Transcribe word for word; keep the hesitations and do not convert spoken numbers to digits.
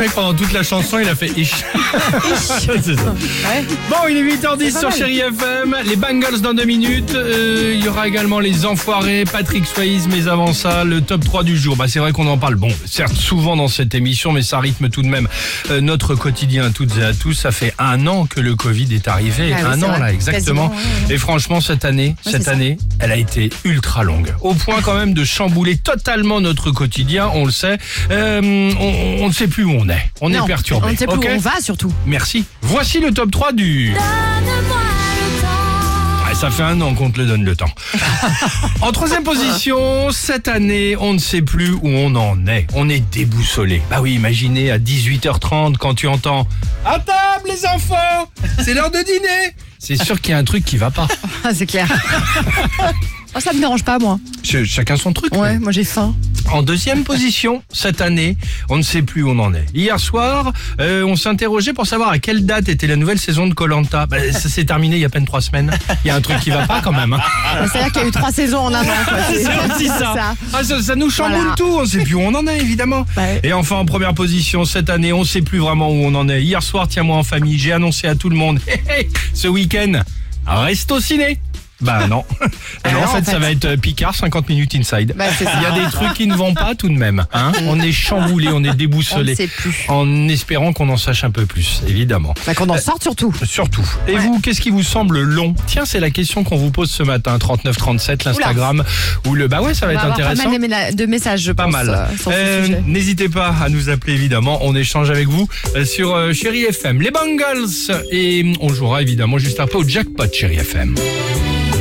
vrai que pendant toute la chanson, il a fait ish. C'est ça. Ouais. Bon, il est huit heures dix C'est sur pas mal. Chérie F M. Les Bangles dans deux minutes. Euh, il y aura également les Enfoirés, Patrick Swayze, mais avant ça, le top trois du jour. Bah, c'est vrai qu'on en parle, bon, certes, souvent dans cette émission, mais ça rythme tout de même euh, notre quotidien à toutes et à tous. Ça fait un an que le Covid est arrivé. Ah oui, un c'est an, vrai. là, exactement. Quasiment, ouais, ouais. Et franchement, cette année, Ouais, cette c'est année, elle a été ultra longue. Au point quand même de chambouler totalement notre quotidien, on le sait. Euh, on, on ne sait plus où on est. On Non, est perturbé. on ne sait plus Ok. où on va surtout. Merci. Voici le top trois du... Ouais, ça fait un an qu'on te le donne le temps. En troisième position, cette année, on ne sait plus où on en est. On est déboussolé. Bah oui, imaginez à dix-huit heures trente quand tu entends « À table les enfants, c'est l'heure de dîner !» C'est sûr qu'il y a un truc qui va pas. Ah, c'est clair. Oh, ça me dérange pas, moi. Ch- Chacun son truc. Ouais, mais- moi j'ai faim. En deuxième position, cette année, on ne sait plus où on en est. Hier soir, euh, on s'interrogeait pour savoir à quelle date était la nouvelle saison de Koh-Lanta. Bah, ça s'est terminé il y a à peine trois semaines. Il y a un truc qui va pas quand même. Hein. Bah, C'est-à-dire qu'il y a eu trois saisons en un an. quoi. C'est aussi ça. Ah, ça. Ça nous chamboule Voilà. tout, on sait plus où on en est évidemment. Ouais. Et enfin en première position, cette année, on sait plus vraiment où on en est. Hier soir, tiens-moi en famille, j'ai annoncé à tout le monde, hé, hé, ce week-end, reste au ciné. Bah non. Alors, non, en, fait, en fait. ça va être euh, Picard, cinquante minutes inside. Bah, c'est ça. Il y a des trucs qui ne vont pas tout de même. Hein. On est chamboulé, on est On ne déboussolé. sait plus. En espérant qu'on en sache un peu plus, évidemment. Bah, qu'on en sorte surtout. Surtout. Et Ouais. vous, qu'est-ce qui vous semble long? Tiens, c'est la question qu'on vous pose ce matin, trente-neuf trente-sept, l'Instagram, ou le... Bah ouais, ça va On être va avoir pas intéressant. mal de, ména- de messages, je Pas pense, mal. euh, sur ce Euh, sujet. N'hésitez pas à nous appeler, évidemment. On échange avec vous euh, sur euh, Chérie F M. Les Bangles. Et on jouera évidemment juste après au jackpot Chérie F M.